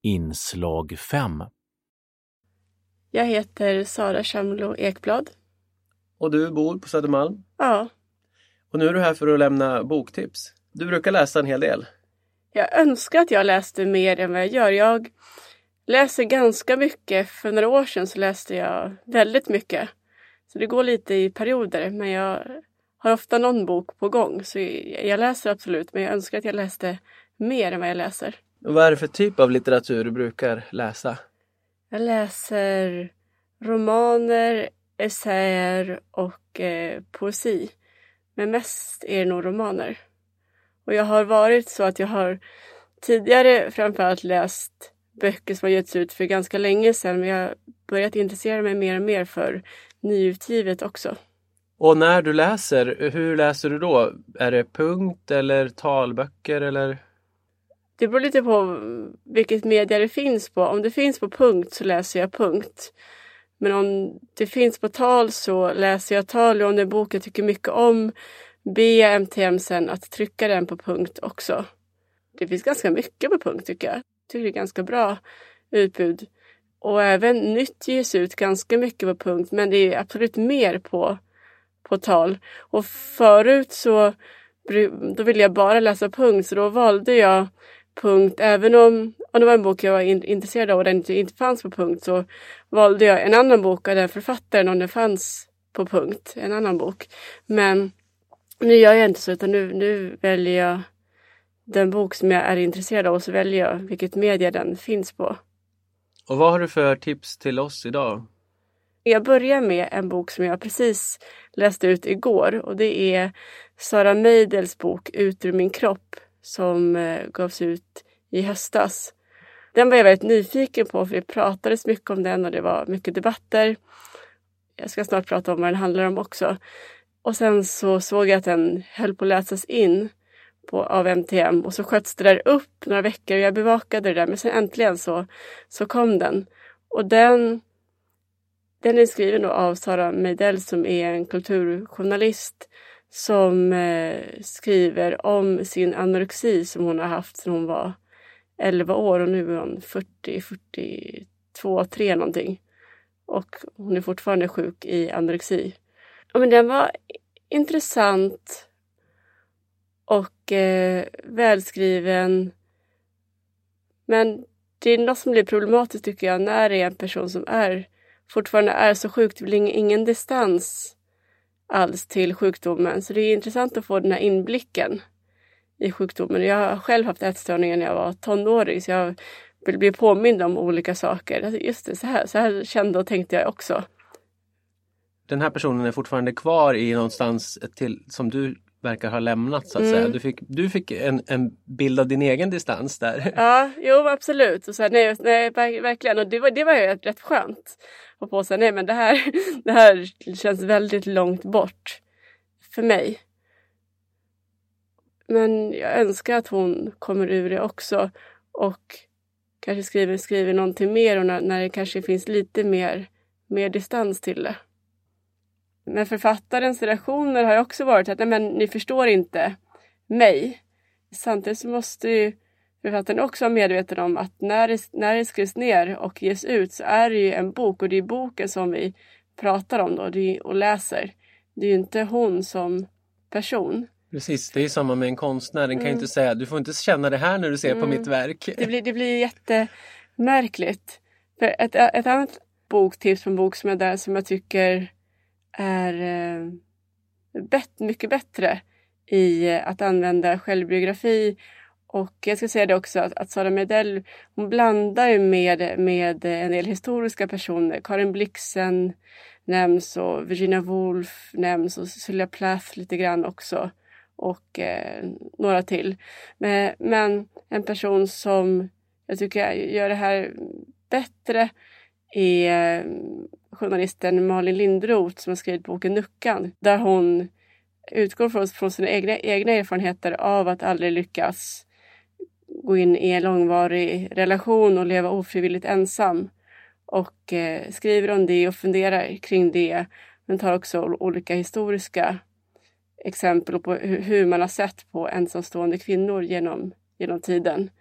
Inslag 5. Jag heter Sara Shamlo Ekblad. Och du bor på Södermalm? Ja. Och nu är du här för att lämna boktips. Du brukar läsa en hel del. Jag önskar att jag läste mer än vad jag gör. Jag läser ganska mycket. För några år sedan så läste jag väldigt mycket. Så det går lite i perioder. Men jag har ofta någon bok på gång. Så jag läser absolut. Men jag önskar att jag läste mer än vad jag läser. Och vad är det för typ av litteratur du brukar läsa? Jag läser romaner, essäer och poesi. Men mest är det nog romaner. Och jag har varit så att jag har tidigare framförallt läst böcker som har getts ut för ganska länge sedan. Men jag har börjat intressera mig mer och mer för nyutgivet också. Och när du läser, hur läser du då? Är det punkt eller talböcker eller? Det beror lite på vilket media det finns på. Om det finns på punkt så läser jag punkt. Men om det finns på tal så läser jag tal. Och om det är en bok jag tycker mycket om ber jag MTM sen att trycka den på punkt också. Det finns ganska mycket på punkt tycker jag. Jag tycker det är ganska bra utbud. Och även nytt ges ut ganska mycket på punkt. Men det är absolut mer på tal. Och förut så då ville jag bara läsa punkt. Så då valde jag punkt. Även om det var en bok jag var intresserad av och den inte fanns på punkt. Så valde jag en annan bok av den författaren om den fanns på punkt. En annan bok. Men nu gör jag inte så utan nu väljer jag den bok som jag är intresserad av och så väljer jag vilket media den finns på. Och vad har du för tips till oss idag? Jag börjar med en bok som jag precis läste ut igår och det är Sara Meidels bok Ut ur min kropp som gavs ut i höstas. Den var jag väldigt nyfiken på för det pratades mycket om den och det var mycket debatter. Jag ska snart prata om vad den handlar om också. Och sen så såg jag att den höll på att läsas in av MTM. Och så sköts det där upp några veckor och jag bevakade det där. Men sen äntligen så kom den. Och den är skriven av Sara Meidel som är en kulturjournalist. Som skriver om sin anorexi som hon har haft sedan hon var 11 år. Och nu är hon 42, 3 någonting. Och hon är fortfarande sjuk i anorexi. Men den var intressant och välskriven. Men det är något som blir problematiskt tycker jag när det är en person som fortfarande är så sjuk. Det blir ingen distans alls till sjukdomen. Så det är intressant att få den här inblicken i sjukdomen. Jag har själv haft ätstörningar när jag var tonåring så jag vill bli påmind om olika saker. Just det, så här kände och tänkte jag också. Den här personen är fortfarande kvar i någonstans som du verkar ha lämnat så att säga. Du fick en bild av din egen distans där. Ja, jo absolut. Och så här, nej, verkligen. Och det var ju rätt skönt. Och på så här, nej men det här känns väldigt långt bort för mig. Men jag önskar att hon kommer ur det också. Och kanske skriver någonting mer och när det kanske finns lite mer distans till det. Men författarens reaktioner har ju också varit att nej, men ni förstår inte mig. Samtidigt så måste ju författaren också vara medveten om att när det skrivs ner och ges ut så är det ju en bok. Och det är boken som vi pratar om då och läser. Det är ju inte hon som person. Precis, det är ju samma med en konstnär. Den kan ju inte säga, du får inte känna det här när du ser på mitt verk. Det blir jättemärkligt. För ett annat boktips på en bok som jag tycker är mycket bättre i att använda självbiografi. Och jag ska säga det också att Sara Meidel, hon blandar ju med en del historiska personer. Karin Blixen nämns och Virginia Woolf nämns och Sylvia Plath lite grann också. Och några till. Men en person som jag tycker gör det här bättre är journalisten Malin Lindroth som har skrivit boken Nuckan. Där hon utgår från sina egna erfarenheter av att aldrig lyckas gå in i en långvarig relation och leva ofrivilligt ensam. Och skriver om det och funderar kring det. Men tar också olika historiska exempel på hur man har sett på ensamstående kvinnor genom tiden.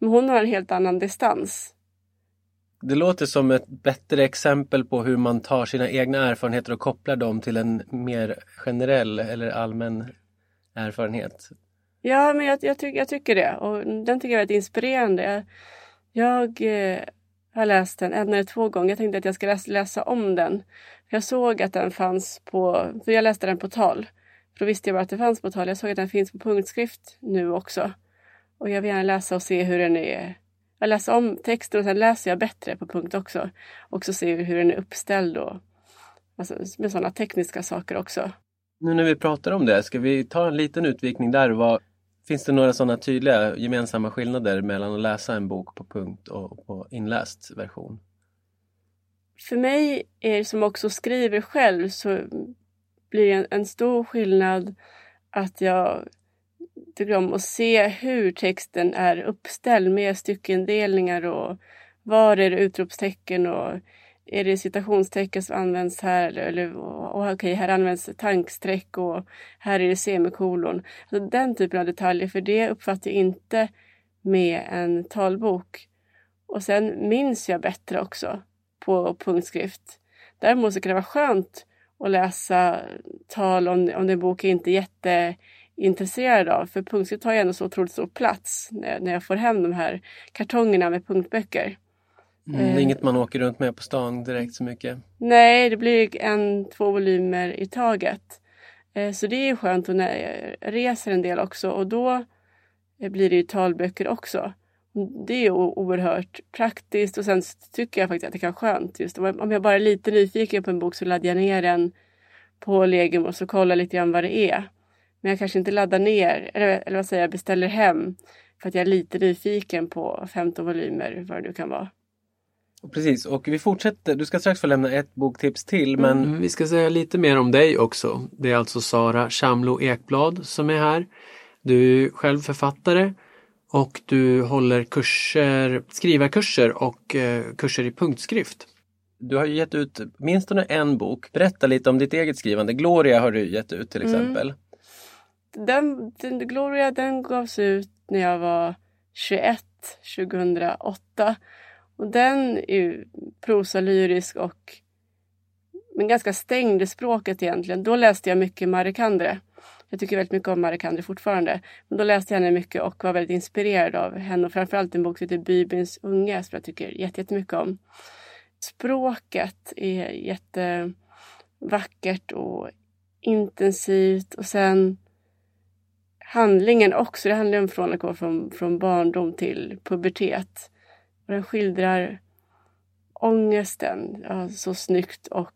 Men hon har en helt annan distans. Det låter som ett bättre exempel på hur man tar sina egna erfarenheter och kopplar dem till en mer generell eller allmän erfarenhet. Ja, men jag tycker det. Och den tycker jag är väldigt inspirerande. Jag har läst den 1 eller 2 gånger. Jag tänkte att jag ska läsa om den. Jag såg att den fanns för jag läste den på tal. För då visste jag bara att det fanns på tal. Jag såg att den finns på punktskrift nu också. Och jag vill gärna läsa och se hur den är. Jag läser om texten och sen läser jag bättre på punkt också. Och så ser hur den är uppställd och alltså, med sådana tekniska saker också. Nu när vi pratar om det, ska vi ta en liten utvikning där. Finns det några sådana tydliga gemensamma skillnader mellan att läsa en bok på punkt och på inläst version? För mig är det som också skriver själv så blir det en stor skillnad att jag tycker om att se hur texten är uppställd med styckendelningar och var är det utropstecken och är det citationstecken som används här okej, här används tankstreck och här är det semikolon. Alltså den typen av detaljer, för det uppfattar jag inte med en talbok. Och sen minns jag bättre också på punktskrift. Däremot så kan det vara skönt att läsa tal om det bok jag inte är jätteintresserad av. För punktskrift har ju ändå så otroligt stor plats när jag får hem de här kartongerna med punktböcker. Det är inget man åker runt med på stan direkt så mycket. Nej, det blir 1-2 volymer i taget. Så det är ju skönt när jag reser en del också. Och då blir det ju talböcker också. Det är ju oerhört praktiskt. Och sen tycker jag faktiskt att det kan vara skönt. Just om jag bara är lite nyfiken på en bok så laddar jag ner den på Legium och så kollar lite grann vad det är. Men jag kanske inte laddar ner, eller vad säger jag, beställer hem. För att jag är lite nyfiken på 15 volymer, vad det nu kan vara. Precis, och vi fortsätter. Du ska strax få lämna ett boktips till, men vi ska säga lite mer om dig också. Det är alltså Sara Chamlo Ekblad som är här. Du är själv författare och du håller skrivarkurser och kurser i punktskrift. Du har ju gett ut minst en bok. Berätta lite om ditt eget skrivande. Gloria har du gett ut till exempel. Gloria den gavs ut när jag var 21, 2008. Och den är ju prosalyrisk men ganska stängd i språket egentligen. Då läste jag mycket Marie Kandre. Jag tycker väldigt mycket om Marie Kandre fortfarande. Men då läste jag henne mycket och var väldigt inspirerad av henne. Och framförallt en bok som heter Bybyns unge som jag tycker jättemycket om. Språket är jättevackert och intensivt. Och sen handlingen också. Det handlar om från att gå från barndom till pubertet. Och den skildrar ångesten så snyggt och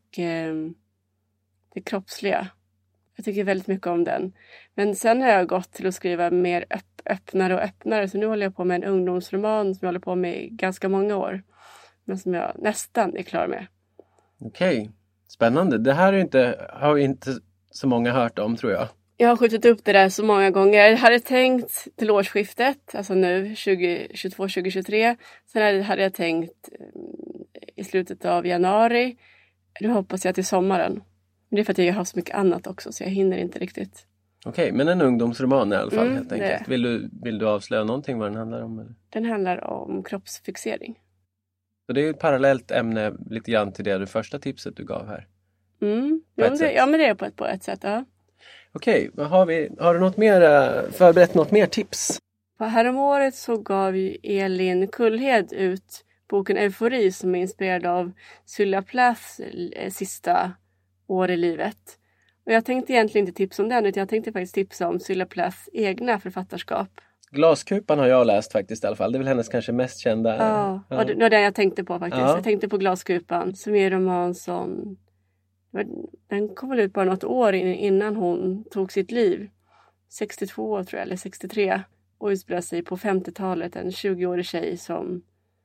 det kroppsliga. Jag tycker väldigt mycket om den. Men sen har jag gått till att skriva mer öppnare och öppnare. Så nu håller jag på med en ungdomsroman som jag håller på med i ganska många år. Men som jag nästan är klar med. Okej, spännande. Det här har inte så många hört om, tror jag. Jag har skjutit upp det där så många gånger. Jag hade tänkt till årsskiftet, alltså nu 2022-2023. Sen hade jag tänkt i slutet av januari. Nu hoppas jag till sommaren. Men det är för att jag har så mycket annat också så jag hinner inte riktigt. Okej, men en ungdomsroman i alla fall helt enkelt. Vill du avslöja någonting vad den handlar om? Eller? Den handlar om kroppsfixering. Så det är ett parallellt ämne lite grann till det första tipset du gav här. Men det är på ett sätt, ja. Okej, har du förberett något mer tips? Häromåret så gav ju Elin Kullhed ut boken Eufori som är inspirerad av Sylvia Plaths sista år i livet. Och jag tänkte egentligen inte tipsa om den utan jag tänkte faktiskt tipsa om Sylvia Plaths egna författarskap. Glaskupan har jag läst faktiskt i alla fall. Det är väl hennes kanske mest kända. Ja. Det var det jag tänkte på faktiskt. Ja. Jag tänkte på Glaskupan som är en roman som... Den kom väl ut bara något år innan hon tog sitt liv. 62 tror jag, eller 63. Och utspelar sig på 50-talet. En 20-årig tjej som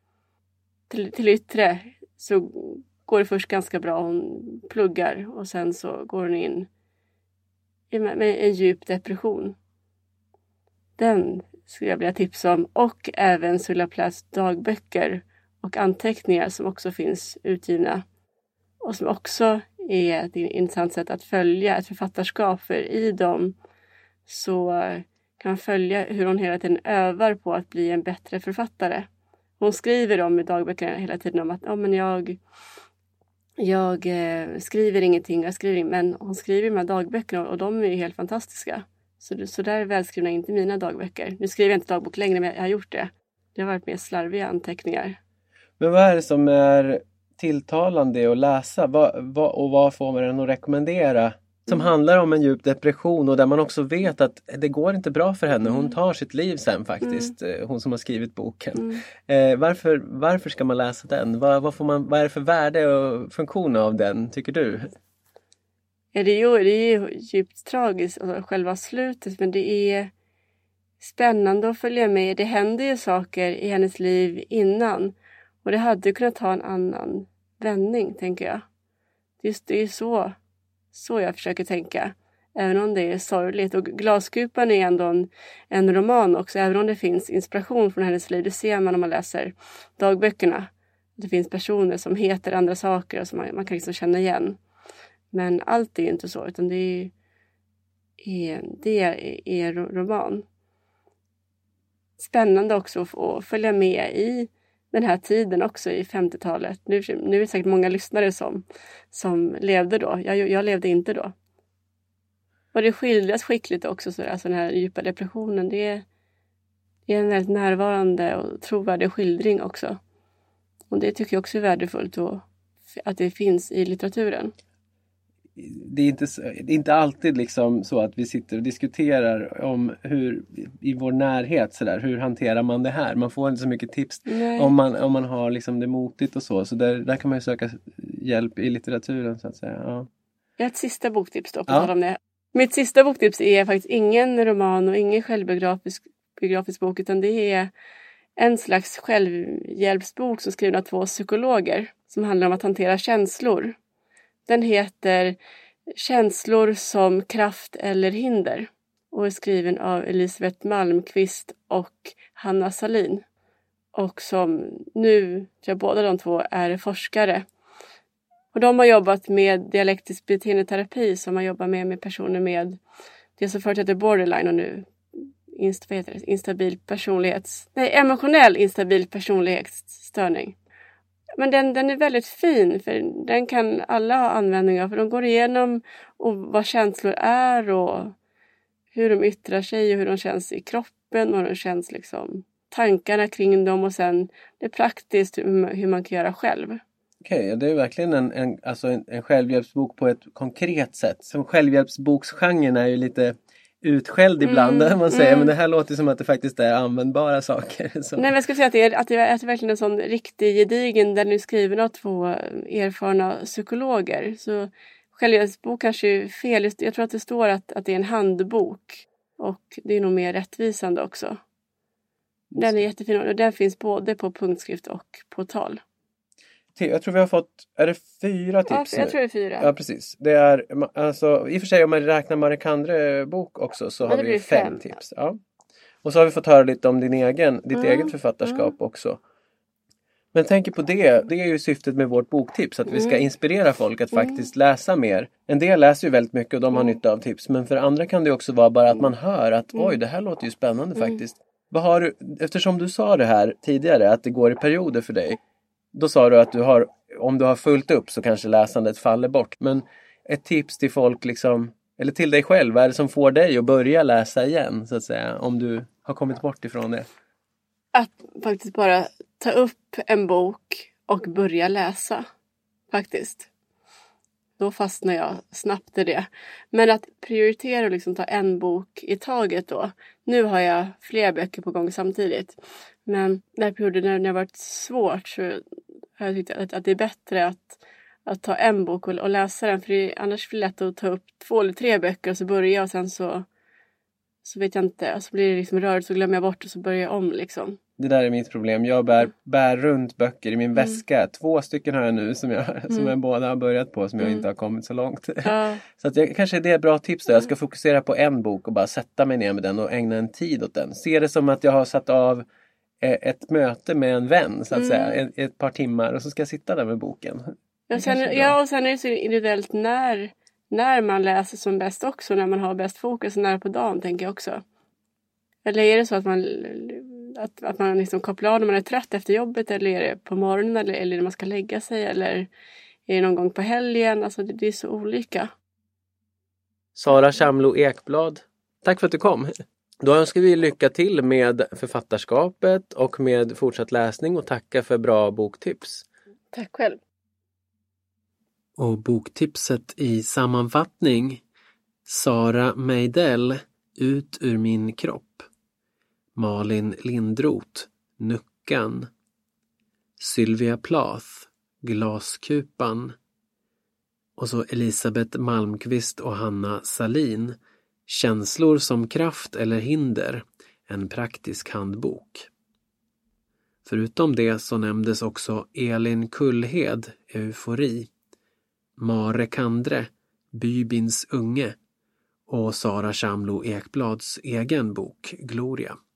till yttre så går det först ganska bra. Hon pluggar och sen så går hon in med en djup depression. Den skulle jag vilja tipsa om. Och även Sylvia Plaths dagböcker och anteckningar som också finns utgivna. Och som också är ett intressant sätt att följa ett författarskap. För i dem så kan följa hur hon hela tiden övar på att bli en bättre författare. Hon skriver om i dagböckerna hela tiden om att jag skriver ingenting, men hon skriver de här dagböckerna och de är ju helt fantastiska. Så där är välskrivna inte mina dagböcker. Nu skriver jag inte dagbok längre, men jag har gjort det. Det har varit mer slarviga anteckningar. Men vad är det som är tilltalande att läsa? Vad får man den att rekommendera? Som handlar om en djup depression och där man också vet att det går inte bra för henne. Hon tar sitt liv sen faktiskt. Hon som har skrivit boken. Varför ska man läsa den? Vad är det för värde och funktion av den, tycker du? Det är ju djupt tragiskt, alltså själva slutet. Men det är spännande att följa med. Det händer ju saker i hennes liv innan. Och det hade kunnat ta en annan vändning, tänker jag. Det är så jag försöker tänka. Även om det är sorgligt. Och Glaskupan är ändå en roman också. Även om det finns inspiration från hennes liv. Det ser man om man läser dagböckerna. Det finns personer som heter andra saker. Och som man kan liksom känna igen. Men allt är inte så. Utan det är roman. Spännande också att följa med i den här tiden också i 50-talet. Nu är det säkert många lyssnare som levde då. Jag levde inte då. Och det skildras skickligt också. Så alltså den här djupa depressionen. Det är en väldigt närvarande och trovärdig skildring också. Och det tycker jag också är värdefullt. Att det finns i litteraturen. Det är inte alltid liksom så att vi sitter och diskuterar om hur i vår närhet så där, hur hanterar man det här. Man får inte så mycket tips om man har liksom det motigt och så. Så där kan man ju söka hjälp i litteraturen så att säga. Ja. Jag har ett sista boktips då på tal om det. Mitt sista boktips är faktiskt ingen roman och ingen självbiografisk bok, utan det är en slags självhjälpsbok som skriven av 2 psykologer som handlar om att hantera känslor. Den heter Känslor som kraft eller hinder och är skriven av Elisabeth Malmqvist och Hanna Salin. Och som nu, tror jag båda de 2 är forskare. Och de har jobbat med dialektisk beteendeterapi som man jobbar med personer med det som förut heter borderline och nu emotionell instabil personlighetsstörning. Men den är väldigt fin, för den kan alla ha användning av. För de går igenom vad känslor är och hur de yttrar sig och hur de känns i kroppen och hur de känns liksom tankarna kring dem. Och sen det är praktiskt hur man kan göra själv. Okej, det är verkligen en självhjälpsbok på ett konkret sätt. Som självhjälpsboksgenren är ju lite utskälld ibland man säger, men det här låter som att det faktiskt är användbara saker. Så. Nej, men jag skulle säga att det är verkligen en sån riktig gedigen, den är skriven av 2 erfarna psykologer. Så självhjälpsbok kanske är fel. Jag tror att det står att det är en handbok. Och det är nog mer rättvisande också. Den är jättefin och den finns både på punktskrift och på tal. Jag tror vi har fått, är det 4 tips? Ja, jag tror det är 4. Ja, precis. Det är, alltså, i och för sig om man räknar Marek Andre bok också så har vi 5 tips. Ja. Och så har vi fått höra lite om ditt eget författarskap också. Men tänk på det är ju syftet med vårt boktips, att vi ska inspirera folk att faktiskt läsa mer. En del läser ju väldigt mycket och de har nytta av tips, men för andra kan det också vara bara att man hör att oj, det här låter ju spännande faktiskt. Vad har du, eftersom du sa det här tidigare, att det går i perioder för dig. Då sa du att om du har fullt upp så kanske läsandet faller bort. Men ett tips till folk liksom, eller till dig själv, vad är det som får dig att börja läsa igen så att säga, om du har kommit bort ifrån det? Att faktiskt bara ta upp en bok och börja läsa. Faktiskt. Då fastnar jag snabbt i det. Men att prioritera och liksom ta en bok i taget då. Nu har jag flera böcker på gång samtidigt. Men när perioden har varit svårt så har jag tyckt att det är bättre att ta en bok och läsa den. För annars blir det lätt att ta upp 2 eller 3 böcker och så börjar och sen så vet jag inte. Och så blir det liksom rörigt så glömmer jag bort och så börjar jag om liksom. Det där är mitt problem. Jag bär runt böcker i min väska. 2 stycken har jag nu som jag båda har börjat på som jag inte har kommit så långt. Så att kanske det är ett bra tips då. Jag ska fokusera på en bok och bara sätta mig ner med den och ägna en tid åt den. Se det som att jag har satt av ett möte med en vän så att säga. Ett par timmar och så ska jag sitta där med boken. Och sen är det så individuellt när man läser som bäst också. När man har bäst fokus och när på dagen tänker jag också. Eller är det så att man liksom kopplar av när man är trött efter jobbet, eller är det på morgonen eller när man ska lägga sig, eller är det någon gång på helgen? Alltså det är så olika. Sara Shamlo Ekblad, tack för att du kom. Då önskar vi lycka till med författarskapet och med fortsatt läsning och tacka för bra boktips. Tack själv. Och boktipset i sammanfattning: Sara Meidell, Ut ur min kropp. Malin Lindroth, Nuckan. Sylvia Plath, Glaskupan. Och så Elisabeth Malmqvist och Hanna Salin, Känslor som kraft eller hinder, en praktisk handbok. Förutom det så nämndes också Elin Kullhed, Eufori, Mare Kandre, Bybins unge och Sara Shamlo Ekblads egen bok Gloria.